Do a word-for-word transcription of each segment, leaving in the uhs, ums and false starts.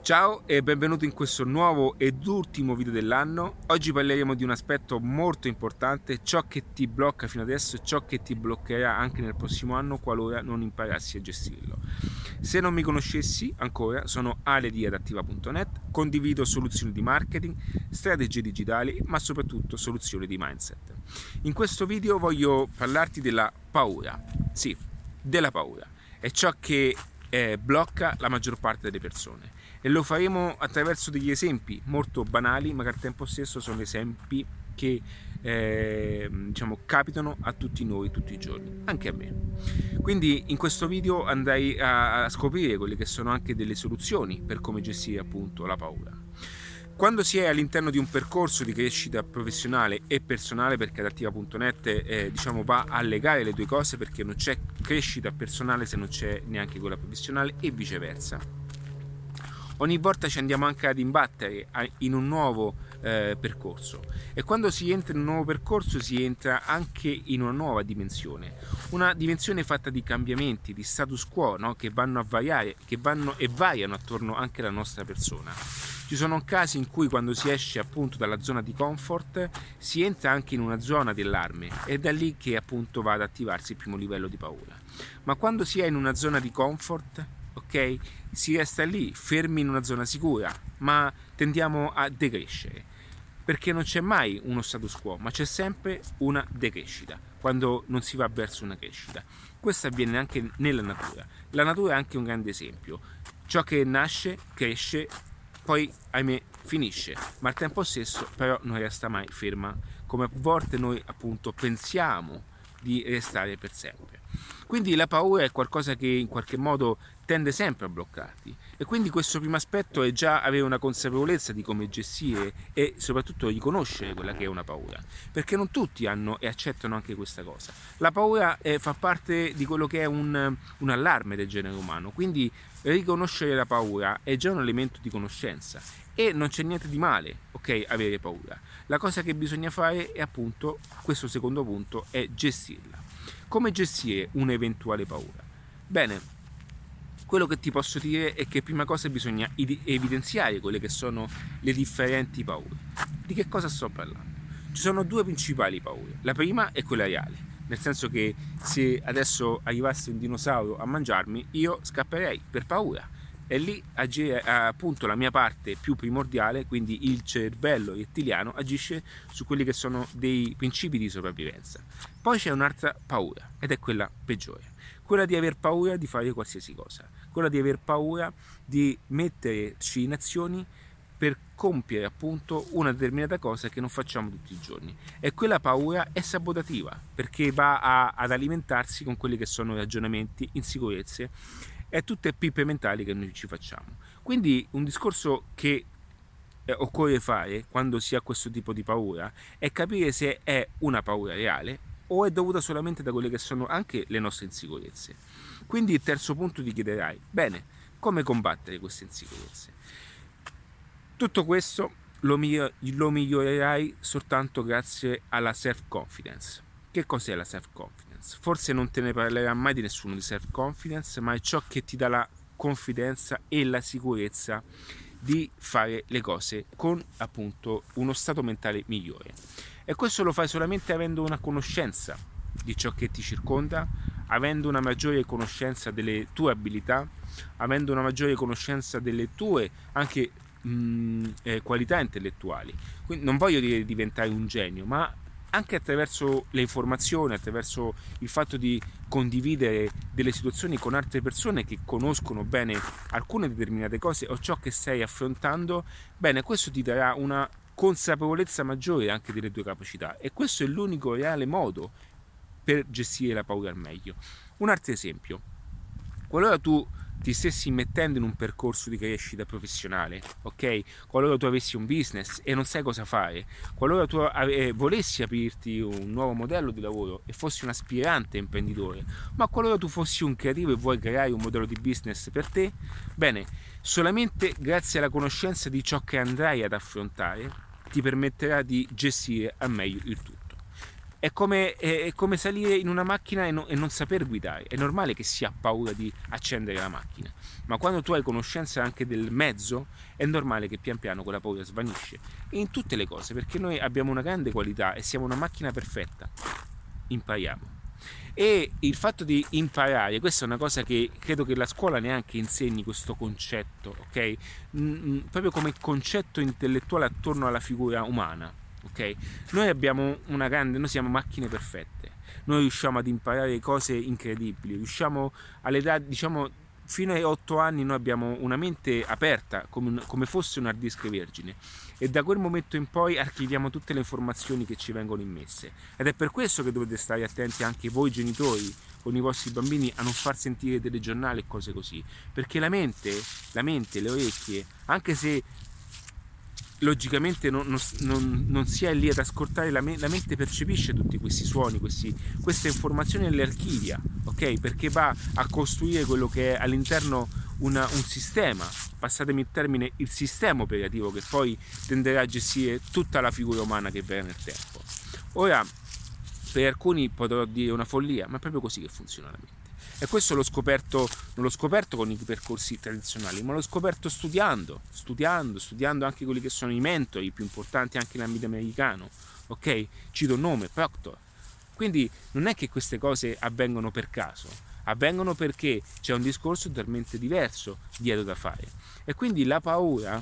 Ciao e benvenuto in questo nuovo ed ultimo video dell'anno. Oggi parleremo di un aspetto molto importante, ciò che ti blocca fino adesso e ciò che ti bloccherà anche nel prossimo anno qualora non imparassi a gestirlo. Se non mi conoscessi ancora, sono Ale di adattiva punto net, condivido soluzioni di marketing, strategie digitali, ma soprattutto soluzioni di mindset. In questo video voglio parlarti della paura, sì, della paura, è ciò che eh, blocca la maggior parte delle persone. E lo faremo attraverso degli esempi molto banali, ma che al tempo stesso sono esempi che eh, diciamo capitano a tutti noi tutti i giorni, anche a me. Quindi in questo video andrai a, a scoprire quelle che sono anche delle soluzioni per come gestire appunto la paura. Quando si è all'interno di un percorso di crescita professionale e personale, perché adattiva punto net eh, diciamo va a legare le due cose, perché non c'è crescita personale se non c'è neanche quella professionale e viceversa. Ogni volta ci andiamo anche ad imbattere in un nuovo eh, percorso, e quando si entra in un nuovo percorso si entra anche in una nuova dimensione, una dimensione fatta di cambiamenti, di status quo, no? Che vanno a variare, che vanno e variano attorno anche alla nostra persona. Ci sono casi in cui quando si esce appunto dalla zona di comfort si entra anche in una zona di allarme, ed è da lì che appunto va ad attivarsi il primo livello di paura. Ma quando si è in una zona di comfort, ok, si resta lì, fermi in una zona sicura, ma tendiamo a decrescere, perché non c'è mai uno status quo, ma c'è sempre una decrescita, quando non si va verso una crescita. Questo avviene anche nella natura. La natura è anche un grande esempio. Ciò che nasce, cresce, poi ahimè finisce, ma al tempo stesso però non resta mai ferma, come a volte noi appunto pensiamo di restare per sempre. Quindi la paura è qualcosa che in qualche modo tende sempre a bloccarti, e quindi questo primo aspetto è già avere una consapevolezza di come gestire e soprattutto riconoscere quella che è una paura, perché non tutti hanno e accettano anche questa cosa. La paura è, fa parte di quello che è un, un allarme del genere umano, quindi riconoscere la paura è già un elemento di conoscenza e non c'è niente di male, ok, avere paura. La cosa che bisogna fare è appunto, questo secondo punto, è gestirla. Come gestire un'eventuale paura? Bene, quello che ti posso dire è che prima cosa bisogna evidenziare quelle che sono le differenti paure. Di che cosa sto parlando? Ci sono due principali paure. La prima è quella reale, nel senso che se adesso arrivasse un dinosauro a mangiarmi, io scapperei per paura. E lì agire, appunto la mia parte più primordiale, quindi il cervello rettiliano, agisce su quelli che sono dei principi di sopravvivenza. Poi c'è un'altra paura, ed è quella peggiore, quella di aver paura di fare qualsiasi cosa, quella di aver paura di metterci in azioni per compiere appunto una determinata cosa che non facciamo tutti i giorni. E quella paura è sabotativa, perché va a, ad alimentarsi con quelli che sono ragionamenti, insicurezze e tutte pippe mentali che noi ci facciamo. Quindi un discorso che eh, occorre fare quando si ha questo tipo di paura è capire se è una paura reale o è dovuta solamente da quelle che sono anche le nostre insicurezze. Quindi il terzo punto ti chiederai, bene, come combattere queste insicurezze? Tutto questo lo, miglior- lo migliorerai soltanto grazie alla self-confidence. Che cos'è la self-confidence? Forse non te ne parlerà mai di nessuno di self-confidence, ma è ciò che ti dà la confidenza e la sicurezza di fare le cose con appunto uno stato mentale migliore. E questo lo fai solamente avendo una conoscenza di ciò che ti circonda, avendo una maggiore conoscenza delle tue abilità, avendo una maggiore conoscenza delle tue anche mh, eh, qualità intellettuali. Quindi non voglio dire diventare un genio, ma anche attraverso le informazioni, attraverso il fatto di condividere delle situazioni con altre persone che conoscono bene alcune determinate cose o ciò che stai affrontando, bene, questo ti darà una consapevolezza maggiore anche delle tue capacità, e questo è l'unico reale modo per gestire la paura al meglio. Un altro esempio: qualora tu ti stessi mettendo in un percorso di crescita professionale, ok? Qualora tu avessi un business e non sai cosa fare, qualora tu eh, volessi aprirti un nuovo modello di lavoro e fossi un aspirante imprenditore, ma qualora tu fossi un creativo e vuoi creare un modello di business per te, bene, solamente grazie alla conoscenza di ciò che andrai ad affrontare ti permetterà di gestire al meglio il tutto. È come, è, è come salire in una macchina e, no, e non saper guidare. È normale che si ha paura di accendere la macchina, ma quando tu hai conoscenza anche del mezzo, è normale che pian piano quella paura svanisce. E in tutte le cose, perché noi abbiamo una grande qualità e siamo una macchina perfetta, impariamo. E il fatto di imparare, questa è una cosa che credo che la scuola neanche insegni questo concetto, ok? Mm, proprio come concetto intellettuale attorno alla figura umana, ok? Noi abbiamo una grande, noi siamo macchine perfette, noi riusciamo ad imparare cose incredibili, riusciamo all'età, diciamo, fino ai otto anni noi abbiamo una mente aperta come, un, come fosse un hard disk vergine, e da quel momento in poi archiviamo tutte le informazioni che ci vengono immesse, ed è per questo che dovete stare attenti anche voi genitori con i vostri bambini a non far sentire telegiornali e cose così, perché la mente, la mente, le orecchie, anche se logicamente non, non, non, non si è lì ad ascoltare, la, me, la mente percepisce tutti questi suoni, questi, queste informazioni e le archivia, ok? Perché va a costruire quello che è all'interno una, un sistema, passatemi il termine, il sistema operativo che poi tenderà a gestire tutta la figura umana che verrà nel tempo. Ora, per alcuni potrò dire una follia, ma è proprio così che funziona la mente. E questo l'ho scoperto, non l'ho scoperto con i percorsi tradizionali, ma l'ho scoperto studiando, studiando, studiando anche quelli che sono i mentori più importanti anche nell'ambito americano, ok? Cito un nome, Proctor. Quindi non è che queste cose avvengono per caso, avvengono perché c'è un discorso totalmente diverso dietro da fare. E quindi la paura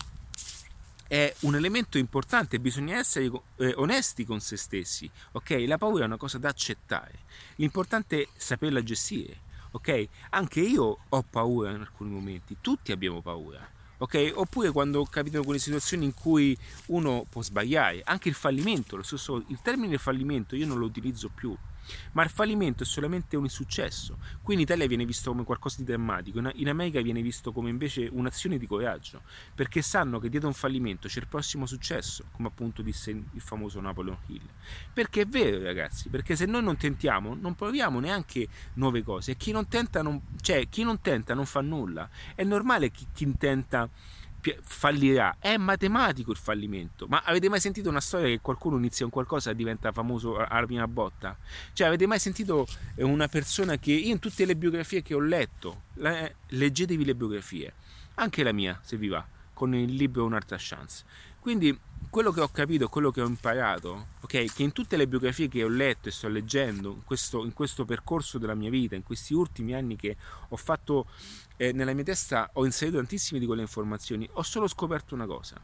è un elemento importante, bisogna essere eh, onesti con se stessi, ok? La paura è una cosa da accettare, l'importante è saperla gestire. Ok? Anche io ho paura in alcuni momenti, tutti abbiamo paura, ok? Oppure quando capitano quelle situazioni in cui uno può sbagliare, anche il fallimento, lo stesso, il termine fallimento io non lo utilizzo più, ma il fallimento è solamente un insuccesso. Qui in Italia viene visto come qualcosa di drammatico, in America viene visto come invece un'azione di coraggio, perché sanno che dietro un fallimento c'è il prossimo successo, come appunto disse il famoso Napoleon Hill. Perché è vero, ragazzi, perché se noi non tentiamo non proviamo neanche nuove cose, e chi non tenta non, cioè, chi non tenta non fa nulla. È normale che chi tenta fallirà, è matematico il fallimento. Ma avete mai sentito una storia che qualcuno inizia un qualcosa e diventa famoso alla prima botta? Cioè, avete mai sentito una persona che, io in tutte le biografie che ho letto, leggetevi le biografie, anche la mia se vi va, con il libro Un'altra chance. Quindi quello che ho capito, quello che ho imparato, ok, che in tutte le biografie che ho letto e sto leggendo in questo, in questo percorso della mia vita, in questi ultimi anni che ho fatto, eh, nella mia testa ho inserito tantissime di quelle informazioni, ho solo scoperto una cosa: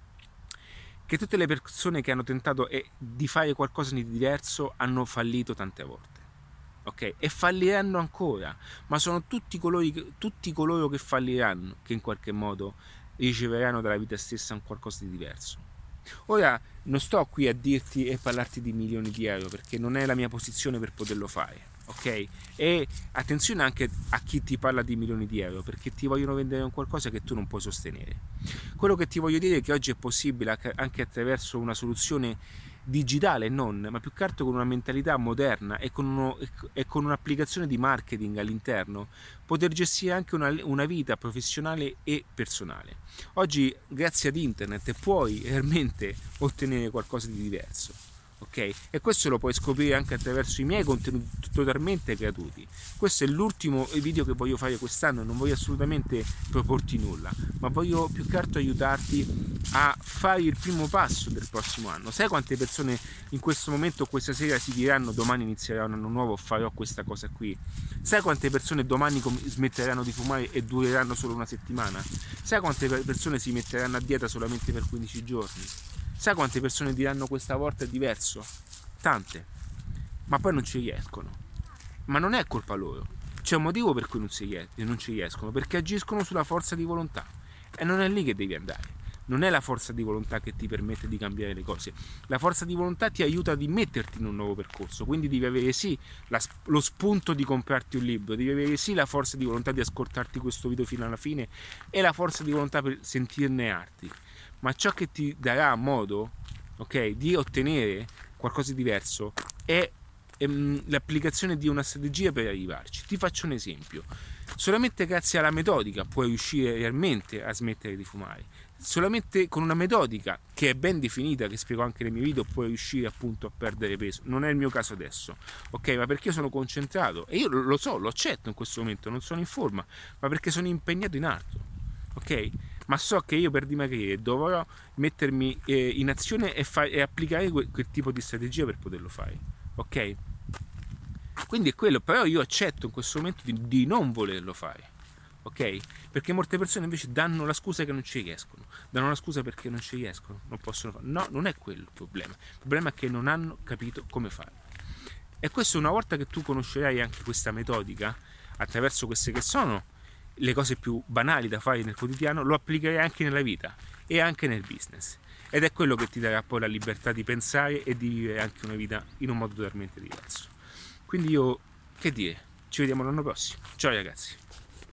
che tutte le persone che hanno tentato eh, di fare qualcosa di diverso hanno fallito tante volte, ok? E falliranno ancora, ma sono tutti coloro, tutti coloro che falliranno che in qualche modo riceveranno dalla vita stessa un qualcosa di diverso. Ora non sto qui a dirti e parlarti di milioni di euro, perché non è la mia posizione per poterlo fare, ok? E attenzione anche a chi ti parla di milioni di euro, perché ti vogliono vendere un qualcosa che tu non puoi sostenere. Quello che ti voglio dire è che oggi è possibile, anche attraverso una soluzione digitale, non, ma più che altro con una mentalità moderna e con, uno, e con un'applicazione di marketing all'interno, poter gestire anche una, una vita professionale e personale. Oggi, grazie ad internet, puoi realmente ottenere qualcosa di diverso, ok? E questo lo puoi scoprire anche attraverso i miei contenuti totalmente gratuiti. Questo è l'ultimo video che voglio fare quest'anno, non voglio assolutamente proporti nulla, ma voglio più che altro aiutarti a fare il primo passo del prossimo anno. Sai quante persone in questo momento, questa sera, si diranno domani inizierà un anno nuovo, farò questa cosa qui? Sai quante persone domani smetteranno di fumare e dureranno solo una settimana? Sai quante persone si metteranno a dieta solamente per quindici giorni? Sai quante persone diranno questa volta è diverso? Tante. Ma poi non ci riescono. Ma non è colpa loro. C'è un motivo per cui non ci riescono, perché agiscono sulla forza di volontà. E non è lì che devi andare. Non è la forza di volontà che ti permette di cambiare le cose. La forza di volontà ti aiuta a metterti in un nuovo percorso. Quindi devi avere sì la, lo spunto di comprarti un libro, devi avere sì la forza di volontà di ascoltarti questo video fino alla fine e la forza di volontà per sentirne arti. Ma ciò che ti darà modo, ok, di ottenere qualcosa di diverso è ehm, l'applicazione di una strategia per arrivarci. Ti faccio un esempio. Solamente grazie alla metodica puoi riuscire realmente a smettere di fumare. Solamente con una metodica che è ben definita, che spiego anche nei miei video, puoi riuscire appunto a perdere peso. Non è il mio caso adesso, ok? Ma perché io sono concentrato e io lo so, lo accetto in questo momento, non sono in forma, ma perché sono impegnato in altro, ok? Ma so che io per dimagrire dovrò mettermi eh, in azione e, fa- e applicare que- quel tipo di strategia per poterlo fare, ok? Quindi è quello, però io accetto in questo momento di, di non volerlo fare, ok? Perché molte persone invece danno la scusa che non ci riescono, danno la scusa perché non ci riescono, non possono fare. No, non è quello il problema. Il problema è che non hanno capito come fare. E questo, una volta che tu conoscerai anche questa metodica, attraverso queste che sono le cose più banali da fare nel quotidiano, lo applicherai anche nella vita e anche nel business. Ed è quello che ti darà poi la libertà di pensare e di vivere anche una vita in un modo totalmente diverso. Quindi io, che dire, ci vediamo l'anno prossimo. Ciao ragazzi.